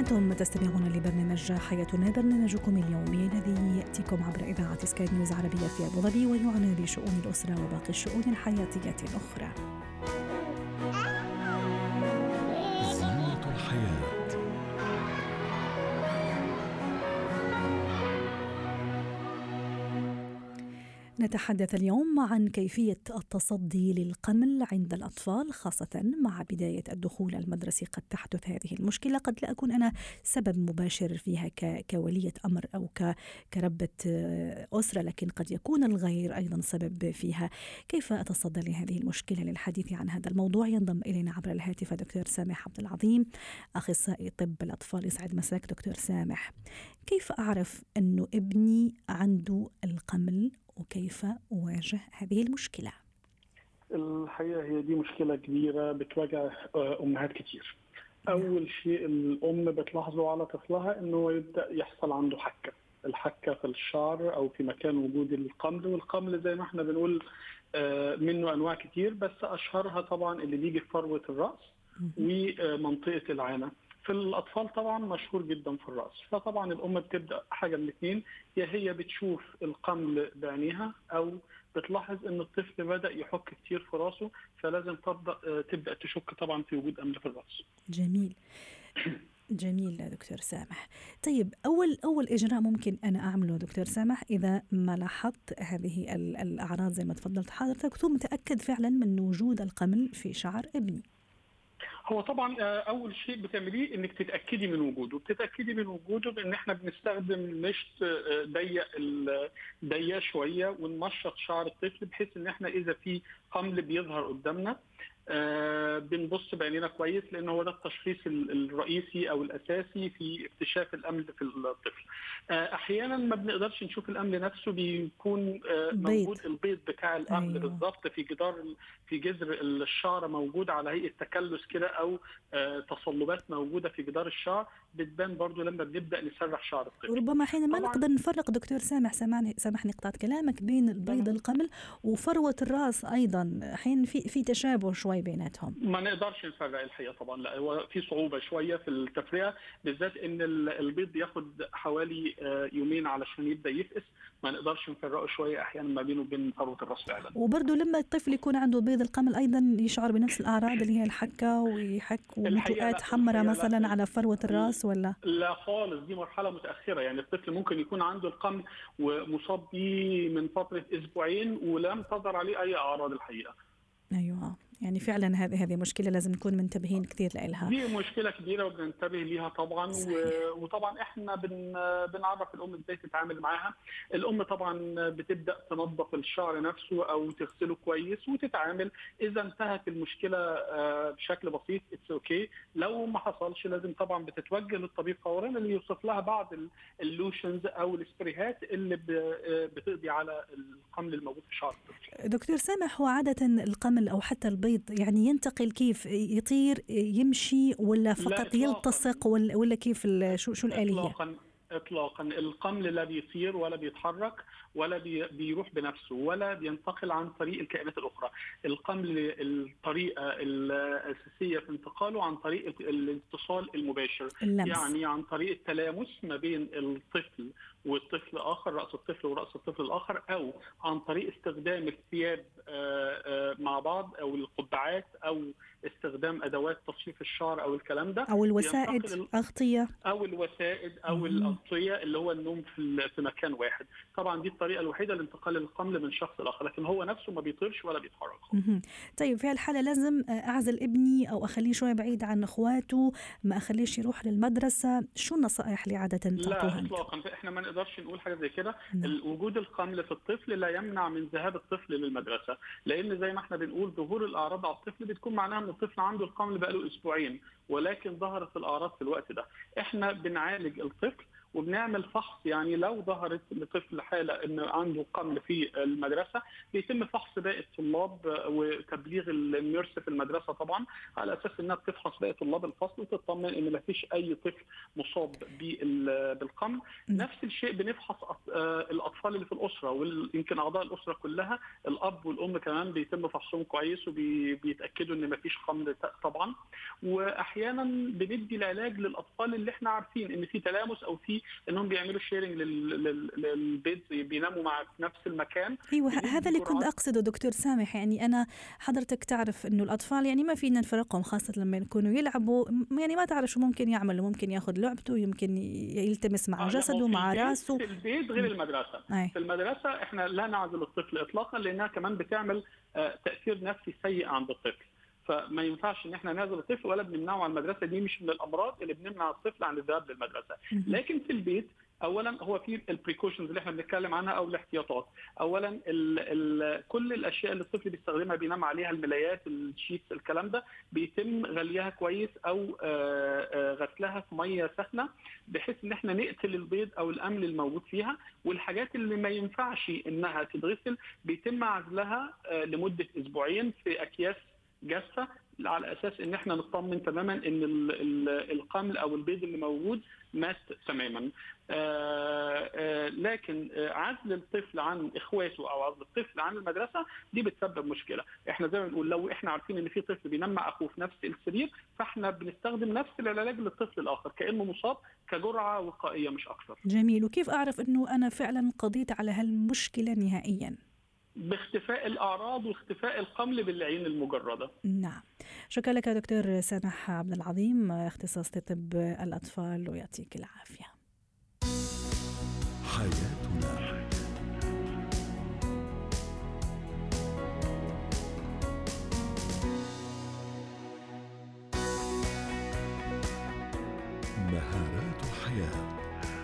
أنتم تستمعون لبرنامج حياتنا، برنامجكم اليومي الذي يأتيكم عبر إذاعة سكاي نيوز عربية في أبو ظبي ويعنى بشؤون الأسرة وباقي الشؤون الحياتية الأخرى. زينة الحياة. نتحدث اليوم عن كيفية التصدي للقمل عند الأطفال، خاصة مع بداية الدخول المدرسي. قد تحدث هذه المشكلة، قد لا أكون أنا سبب مباشر فيها كولية أمر أو كربة أسرة، لكن قد يكون الغير أيضا سبب فيها. كيف أتصدى لهذه المشكلة؟ للحديث عن هذا الموضوع ينضم إلينا عبر الهاتف دكتور سامح عبد العظيم، أخصائي طب الأطفال. يسعد مساك دكتور سامح. كيف أعرف أنه ابني عنده القمل وكيف أواجه هذه المشكلة؟ الحقيقة هي دي مشكلة كبيرة بتواجه أمهات كتير. أول شيء الأم بتلاحظه على طفلها أنه يبدأ يحصل عنده الحكة في الشعر أو في مكان وجود القمل. والقمل زي ما احنا بنقول منه أنواع كتير، بس أشهرها طبعا اللي بيجي في فروة الرأس ومنطقة العانة. في الأطفال طبعا مشهور جدا في الرأس. فطبعا الأم بتبدأ حاجة من الاثنين، يا هي بتشوف القمل بعينيها أو بتلاحظ أن الطفل بدأ يحك كتير في رأسه، فلازم تبدأ تشك طبعا في وجود أمل في الرأس. جميل دكتور سامح. طيب أول إجراء ممكن أنا أعمله دكتور سامح إذا ما لاحظت هذه الأعراض زي ما تفضلت حضرتك ثم متأكد فعلا من وجود القمل في شعر ابني؟ هو طبعا اول شيء بتعمليه انك تتاكدي من وجوده بان احنا بنستخدم مشط ضيق شويه ونمشط شعر الطفل، بحيث ان احنا اذا في قمل بيظهر قدامنا بنبص بعينينا كويس، لأنه هو ده التشخيص الرئيسي أو الأساسي في اكتشاف الأمل في الطفل. أحيانا ما بنقدرش نشوف الأمل نفسه، بيكون موجود البيض بتاع الأمل بالضبط في جذر الشعر، موجود على هيئة تكلس كده أو تصلبات موجودة في جدار الشعر، بتبان برضو لما بنبدأ نسرح شعر الطفل. وربما حين ما نقدر نفرق دكتور سامح، سامحني قطعت كلامك، بين البيض القمل وفروة الرأس أيضا حين في تشابه شوي بيناتهم. ما نقدرش نفرق الحقيقة طبعا، لا هو في صعوبة شوية في التفريع، بالذات ان البيض بياخد حوالي يومين علشان يبدأ يفقس، ما نقدرش نفرقه شوية احيانا ما بينه وبين فروة الراس فعلا. وبرضه لما الطفل يكون عنده بيض القمل ايضا يشعر بنفس الاعراض اللي هي الحكة ويحك ونتوءات حمراء مثلا على فروة الراس ولا؟ لا خالص، دي مرحلة متأخرة. يعني الطفل ممكن يكون عنده القمل ومصاب به من فترة اسبوعين ولم تظهر عليه اي اعراض الحقيقة. أيوة، يعني فعلا هذه مشكلة لازم نكون منتبهين كثير لها. دي مشكلة كبيرة وبننتبه ليها طبعا. وطبعا احنا بنعرف الأم ازاي تتعامل معاها. الأم طبعا بتبدأ تنظف الشعر نفسه أو تغسله كويس وتتعامل. إذا انتهت المشكلة بشكل بسيط اتس اوكي. لو ما حصلش لازم طبعا بتتوجه للطبيب فورا اللي يوصف لها بعض اللوشنز أو السبريهات اللي بتقضي على القمل الموجود في شعر الطفل. دكتور سامح، هو عادة القمل أو حتى البيض يعني ينتقل كيف؟ يطير، يمشي، ولا فقط يلتصق، ولا كيف شو الآلية؟ إطلاقا القمل لا بيطير ولا بيتحرك ولا بيروح بنفسه ولا بينتقل عن طريق الكائنات الأخرى. القمل الطريقة الأساسية في انتقاله عن طريق الاتصال المباشر، اللمس. يعني عن طريق التلامس ما بين الطفل والطفل آخر، رأس الطفل ورأس الطفل الآخر، أو عن طريق استخدام الثياب مع بعض أو القبعات أو استخدام أدوات تصفيف الشعر أو الكلام ده، أو الوسائد، أغطية أو الوسائد أو الأغطية اللي هو النوم في مكان واحد. طبعا دي الطريقة الوحيدة لانتقال القمل من شخص لآخر، لكن هو نفسه ما بيطيرش ولا بيتحرك. طيب في هالحالة لازم أعزل ابني أو أخليه شوي بعيد عن أخواته، ما أخليش يروح للمدرسة؟ شو النصائح اللي عادة تعطوها؟ لا إطلاقا، إحنا ما نقدرش نقول حاجة زي كده. وجود القمل في الطفل لا يمنع من ذهاب الطفل للمدرسة، لأن زي ما إحنا بنقول ظهور الأعراض على الطفل بتكون معناها أن الطفل عنده القمل بقاله أسبوعين ولكن ظهرت الأعراض في الوقت ده. إحنا بنعالج الطفل وبنعمل فحص. يعني لو ظهرت لطفل حاله انه عنده قمل في المدرسه بيتم فحص باقي الطلاب وتبليغ النيرس في المدرسه طبعا، على اساس انها بتفحص باقي طلاب الفصل وتطمن ان ما فيش اي طفل مصاب بالقمل. نفس الشيء بنفحص الاطفال اللي في الاسره، ويمكن اعضاء الاسره كلها، الاب والام كمان بيتم فحصهم كويس وبيتاكدوا ان ما فيش قمل طبعا. واحيانا بندي العلاج للاطفال اللي احنا عارفين ان في تلامس او في انهم بيعملوا شيرنج للبيت، بيناموا مع نفس المكان. ايوه، هذا اللي كنت اقصده دكتور سامح. يعني انا حضرتك تعرف انه الاطفال يعني ما فينا نفرقهم، خاصه لما يكونوا يلعبوا، يعني ما تعرف شو ممكن يعمل، ممكن ياخذ لعبته، يمكن يلتمس مع جسده مع راسه. في البيت غير المدرسه. في المدرسه احنا لا نعزل الطفل اطلاقا، لانها كمان بتعمل تاثير نفسي سيء عند الطفل، فما ينفعش ان احنا نعزل الطفل ولا بنمنعه عن المدرسه. دي مش من الامراض اللي بنمنع الطفل عن الذهاب للمدرسه. لكن في البيت اولا هو في البريكوشنز اللي احنا بنتكلم عنها او الاحتياطات. اولا كل الاشياء اللي الطفل بيستخدمها بينام عليها، الملايات، الشيتس، الكلام ده بيتم غليها كويس او غسلها في ميه سخنه، بحيث ان احنا نقتل البيض او الامل الموجود فيها. والحاجات اللي ما ينفعش انها تتغسل بيتم عزلها لمده اسبوعين في اكياس جافه، على اساس ان احنا نطمن تماما ان القمل او البيض اللي موجود مات تماما. لكن عزل الطفل عن اخواته او عزل الطفل عن المدرسه دي بتسبب مشكله. احنا زي ما بنقول لو احنا عارفين ان في طفل بينام مع اخوه في نفس السرير، فاحنا بنستخدم نفس العلاج للطفل الاخر كانه مصاب كجرعه وقائيه مش اكثر. جميل. وكيف اعرف انه انا فعلا قضيت على هالمشكله نهائيا؟ باختفاء الأعراض واختفاء القمل بالعين المجردة. نعم، شكرا لك دكتور سامح عبد العظيم، اختصاص طب الأطفال، ويعطيك العافية. حياتنا. مهارات الحياة.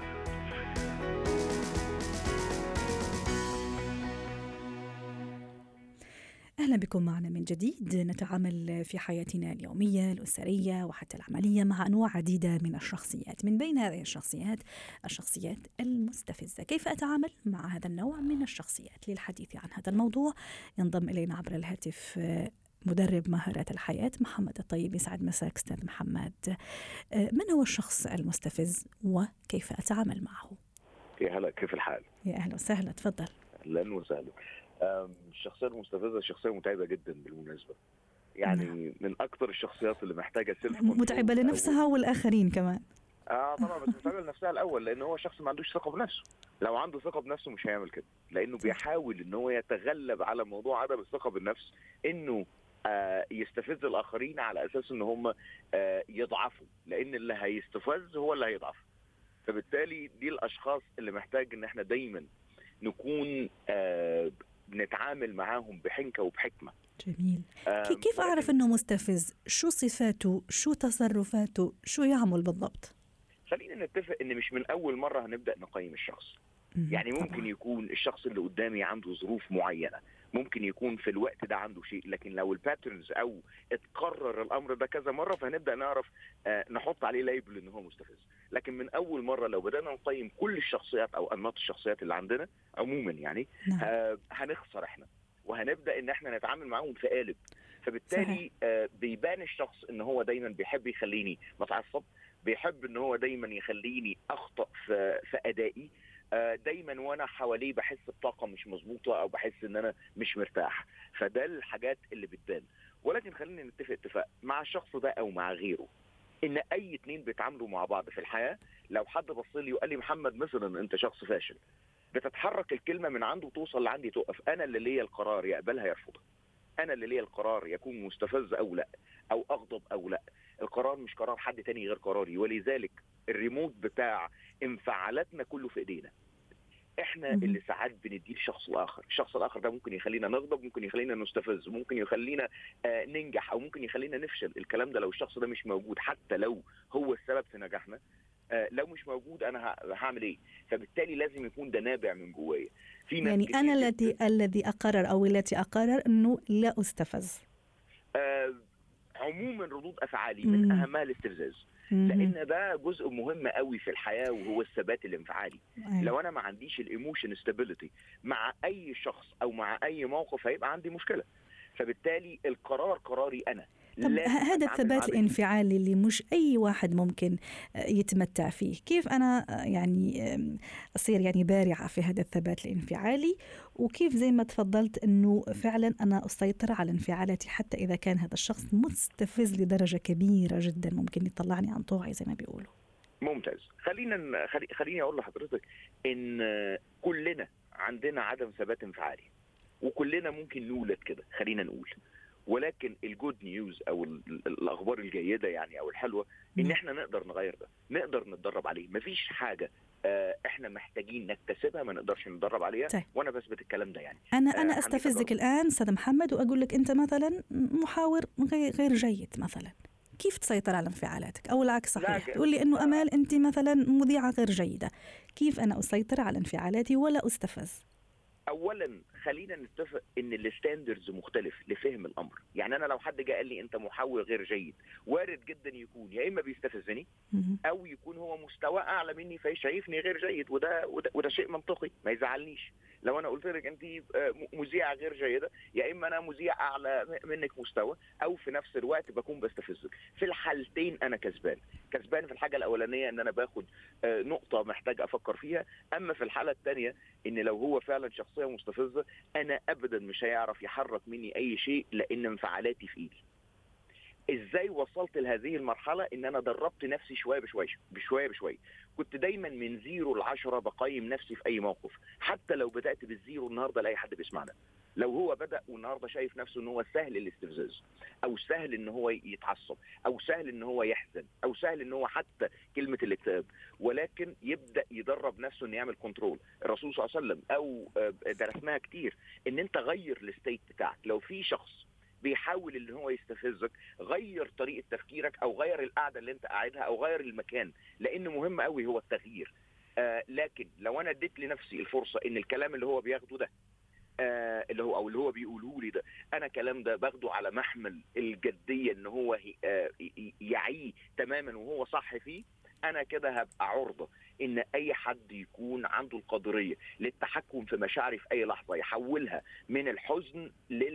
أهلا بكم معنا من جديد. نتعامل في حياتنا اليومية الأسرية وحتى العملية مع أنواع عديدة من الشخصيات. من بين هذه الشخصيات المستفزة. كيف أتعامل مع هذا النوع من الشخصيات؟ للحديث عن هذا الموضوع ينضم إلينا عبر الهاتف مدرب مهارات الحياة محمد الطيب. يسعد مساك أستاذ محمد. من هو الشخص المستفز وكيف أتعامل معه؟ يا هلا، كيف الحال؟ يا أهلا وسهلا، تفضل. أهلا وسهلا. الشخصية المستفزة شخصية متعبة جدا بالمناسبة. يعني من أكثر الشخصيات اللي محتاجة متعبة لنفسها والآخرين كمان. طبعا، بس متعبة لنفسها الأول، لأن هو شخص ما عندوش ثقة بنفسه. لو عنده ثقة بنفسه مش هيعمل كده، لأنه بيحاول إن هو يتغلب على موضوع عدم الثقة بالنفس، إنه يستفز الآخرين على أساس إن هم يضعفوا، لأن اللي هيستفز هو اللي هيضعف. فبالتالي دي الأشخاص اللي محتاج إن احنا دايما نكون بنتعامل معاهم بحنكة وبحكمة. جميل. كيف أعرف أنه مستفز؟ شو صفاته؟ شو تصرفاته؟ شو يعمل بالضبط؟ خلينا نتفق أن مش من أول مرة هنبدأ نقيم الشخص. يعني ممكن طبعا يكون الشخص اللي قدامي عنده ظروف معينة، ممكن يكون في الوقت ده عنده شيء، لكن لو الباترنز أو اتكرر الأمر ده كذا مرة فهنبدأ نعرف نحط عليه ليبل إن هو مستفز. لكن من أول مرة لو بدأنا نقيم كل الشخصيات أو أنماط الشخصيات اللي عندنا عموما يعني هنخسر احنا، وهنبدأ إن احنا نتعامل معاهم في قالب. فبالتالي بيبان الشخص إن هو دايما بيحب يخليني متعصب، بيحب إن هو دايما يخليني أخطأ في أدائي، دايما وانا حواليه بحس بطاقه مش مظبوطه او بحس ان انا مش مرتاح. فده الحاجات اللي بتبان. ولكن خلينا نتفق اتفاق مع الشخص ده او مع غيره، ان اي اتنين بيتعاملوا مع بعض في الحياه، لو حد بص لي وقال لي محمد مثلا انت شخص فاشل، بتتحرك الكلمه من عنده توصل لعندي تقف. انا اللي ليا القرار يقبلها يرفضها، انا اللي ليا القرار يكون مستفز او لا، او اغضب او لا. القرار مش قرار حد تاني غير قراري، ولذلك الريموت بتاع انفعالاتنا كله في ايدينا. احنا اللي ساعات بنديه الشخص الاخر. الشخص الاخر ده ممكن يخلينا نغضب، ممكن يخلينا نستفز، ممكن يخلينا ننجح، او ممكن يخلينا نفشل. الكلام ده لو الشخص ده مش موجود، حتى لو هو السبب في نجاحنا، لو مش موجود انا هعمل ايه؟ فبالتالي لازم يكون ده نابع من جوايا. يعني انا الذي اقرر او التي اقرر انه لا استفز. عموما ردود افعالي من اهمها الاستفزاز. لان ده جزء مهم قوي في الحياه، وهو الثبات الانفعالي. لو انا ما عنديش الايموشن ستابيليتي مع اي شخص او مع اي موقف هيبقى عندي مشكله. فبالتالي القرار قراري انا. طب هذا الثبات الانفعالي اللي مش أي واحد ممكن يتمتع فيه، كيف أنا يعني أصير يعني بارعة في هذا الثبات الانفعالي، وكيف زي ما تفضلت أنه فعلا أنا أسيطر على انفعالاتي حتى إذا كان هذا الشخص مستفز لدرجة كبيرة جدا ممكن يطلعني عن طوعي زي ما بيقولوا؟ ممتاز. خليني أقول لحضرتك إن كلنا عندنا عدم ثبات انفعالي، وكلنا ممكن نولد كده، خلينا نقول. ولكن الجود نيوز او الاخبار الجيده يعني او الحلوه ان احنا نقدر نغير ده، نقدر نتدرب عليه. مفيش حاجه احنا محتاجين نكتسبها ما نقدرش نتدرب عليها. طيب. وانا بثبت الكلام ده يعني. انا استفزك الان استاذ محمد واقول لك انت مثلا محاور غير جيد مثلا، كيف تسيطر على انفعالاتك؟ او العكس صحيح، تقول لي انه امال انت مثلا مذيعه غير جيده، كيف انا اسيطر على انفعالاتي ولا استفز؟ اولا خلينا نتفق ان الستاندردز مختلف لفهم الامر. يعني انا لو حد جاء قال لي انت محاور غير جيد، وارد جدا يكون يا اما بيستفزني او يكون هو مستوى اعلى مني فيشايفني غير جيد، وده شيء منطقي ما يزعلنيش. لو انا قلت لك انت مذيعه غير جيده، يا اما انا مذيع اعلى منك مستوى، او في نفس الوقت بكون بستفزك. في الحالتين انا كسبان في الحاجه الاولانيه ان انا باخد نقطه محتاج افكر فيها. اما في الحاله الثانيه ان لو هو فعلا شخصيه مستفزه، انا ابدا مش هيعرف يحرك مني اي شيء لان انفعالاتي في ايدي. ازاي وصلت لهذه المرحله؟ ان انا دربت نفسي شويه بشويه. كنت دايما من 0 ل10 بقيم نفسي في اي موقف، حتى لو بدات بالزيرو النهارده لاي حد بيسمعنا. لو هو بدا والنهارده شايف نفسه ان هو سهل الاستفزاز، او سهل ان هو يتعصب، او سهل ان هو يحزن، او سهل ان هو حتى كلمه الاكتئاب، ولكن يبدا يدرب نفسه انه يعمل كنترول. الرسول صلى الله عليه وسلم او درسناها كتير ان انت غير الستيت بتاعك. لو في شخص بيحاول ان هو يستفزك، غير طريقه تفكيرك، او غير القعده اللي انت قاعدها، او غير المكان، لان مهم قوي هو التغيير. لكن لو انا اديت لنفسي الفرصه ان الكلام اللي هو بياخده ده اللي هو بيقوله لي ده، انا كلام ده باخده على محمل الجديه ان هو يعيه تماما وهو صح فيه، انا كده هبقى عرضه ان اي حد يكون عنده القدريه للتحكم في مشاعري في اي لحظه، يحولها من الحزن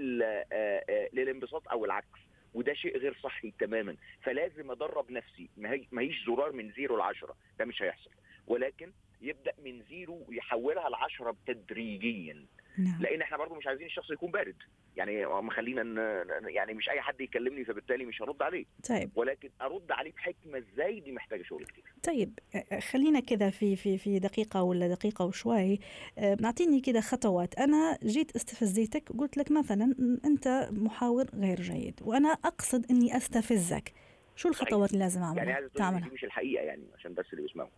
للانبساط او العكس، وده شيء غير صحي تماما. فلازم ادرب نفسي، ما هيش زرار من 0 ل10، ده مش هيحصل، ولكن يبدا من 0 ويحولها ل10 تدريجيا. لان احنا برضو مش عايزين الشخص يكون بارد، يعني خلينا يعني مش اي حد يكلمني فبالتالي مش هرد عليه. طيب. ولكن ارد عليه بحكمه. ازاي؟ دي محتاجه شغل كتير. طيب خلينا كده في دقيقه ولا دقيقه وشوي، نعطيني كده خطوات. انا جيت استفزيتك وقلت لك مثلا انت محاور غير جيد، وانا اقصد اني استفزك، شو الخطوات اللي لازم اعملها؟ يعني تعملها دي مش الحقيقه، يعني عشان بس اللي بيسمعوا.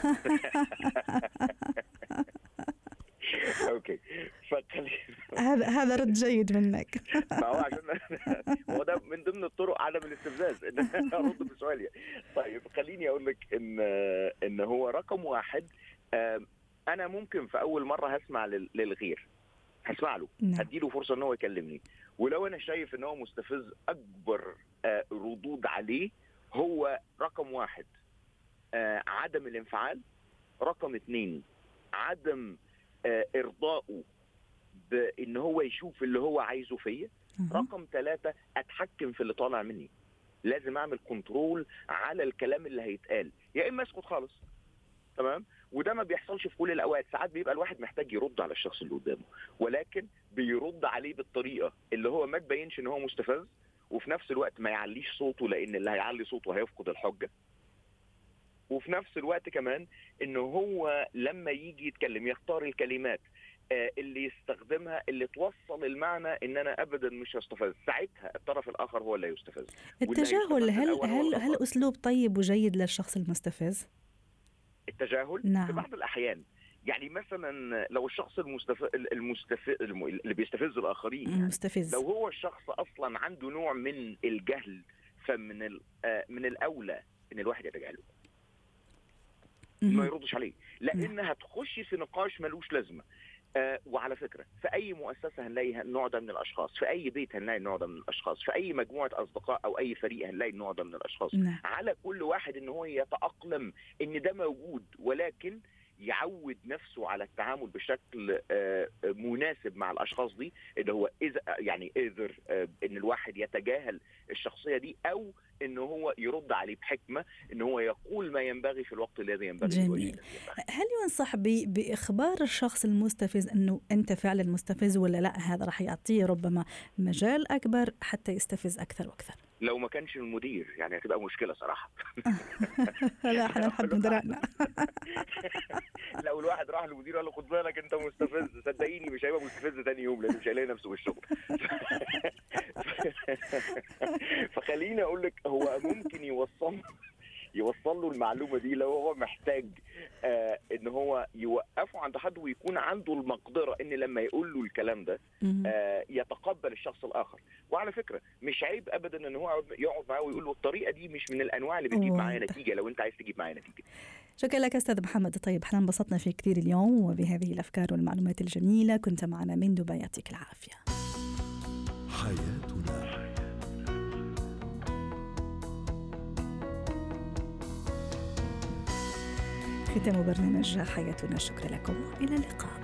اوكي، هذا رد جيد منك. ما هو عشان هو ده من ضمن الطرق عدم الاستفزاز ان انا ارد بسؤالي. طيب خليني اقول لك ان هو رقم واحد، انا ممكن في اول مره هسمع للغير، هسمع له، هديله فرصه ان هو يكلمني، ولو انا شايف ان هو مستفز اكبر ردود عليه هو رقم واحد عدم الانفعال، رقم 2 عدم ارضائه بان هو يشوف اللي هو عايزه فيا، رقم 3 اتحكم في اللي طالع مني. لازم اعمل كنترول على الكلام اللي هيتقال، يا اما اسكت خالص. تمام؟ وده ما بيحصلش في كل الاوقات، ساعات بيبقى الواحد محتاج يرد على الشخص اللي قدامه، ولكن بيرد عليه بالطريقه اللي هو ما تبينش ان هو مستفز، وفي نفس الوقت ما يعليش صوته لان اللي هيعلي صوته هيفقد الحجه، وفي نفس الوقت كمان انه هو لما يجي يتكلم يختار الكلمات اللي يستخدمها اللي توصل المعنى ان انا ابدا مش هستفز. ساعتها الطرف الاخر هو اللي يستفز. التجاهل هل اسلوب طيب وجيد للشخص المستفز؟ التجاهل نعم. في بعض الاحيان، يعني مثلا لو الشخص اللي بيستفز الاخرين، يعني مستفز، لو هو الشخص اصلا عنده نوع من الجهل، فمن من الاولى ان الواحد يتجاهله، ما يردش عليه، لان هتخشي في نقاش ملوش لازمه. وعلى فكرة في أي مؤسسة هنلاقي النوع ده من الأشخاص، في أي بيت هنلاقي النوع ده من الأشخاص، في أي مجموعة أصدقاء أو أي فريق هنلاقي النوع ده من الأشخاص. على كل واحد إن هو يتأقلم إن ده موجود، ولكن يعود نفسه على التعامل بشكل مناسب مع الاشخاص دي، اللي هو اذا يعني قدر ان الواحد يتجاهل الشخصيه دي، او ان هو يرد عليه بحكمه، ان هو يقول ما ينبغي في الوقت الذي ينبغي. جميل. هل ينصح باخبار الشخص المستفز انه انت فعلا مستفز ولا لا؟ هذا راح يعطيه ربما مجال اكبر حتى يستفز اكثر واكثر. لو ما كانش المدير يعني هتبقى مشكله صراحه. لا احنا نحب مدراءنا. لو الواحد راح للمدير وقال له خد بالك انت مستفز، صدقيني مش هيبقى مستفز ثاني يوم لانه مش هيلاقي نفسه بالشغل. فخليني اقول لك هو ممكن يوصل له المعلومه دي لو هو محتاج ان هو يوقفه عند حد ويكون عنده المقدره ان لما يقول له الكلام ده يتقبل الشخص الاخر. وعلى فكره مش عيب ابدا ان هو يقعد معاه ويقول له الطريقه دي مش من الانواع اللي بتجيب معايا نتيجه لو انت عايز تجيب معايا نتيجه. شكرا لك استاذ محمد. طيب احنا انبسطنا فيك كثير اليوم وبهذه الافكار والمعلومات الجميله، كنت معنا من دبي، يعطيك العافيه. حياتنا. ختام برنامج حياتنا، شكرا لكم، إلى اللقاء.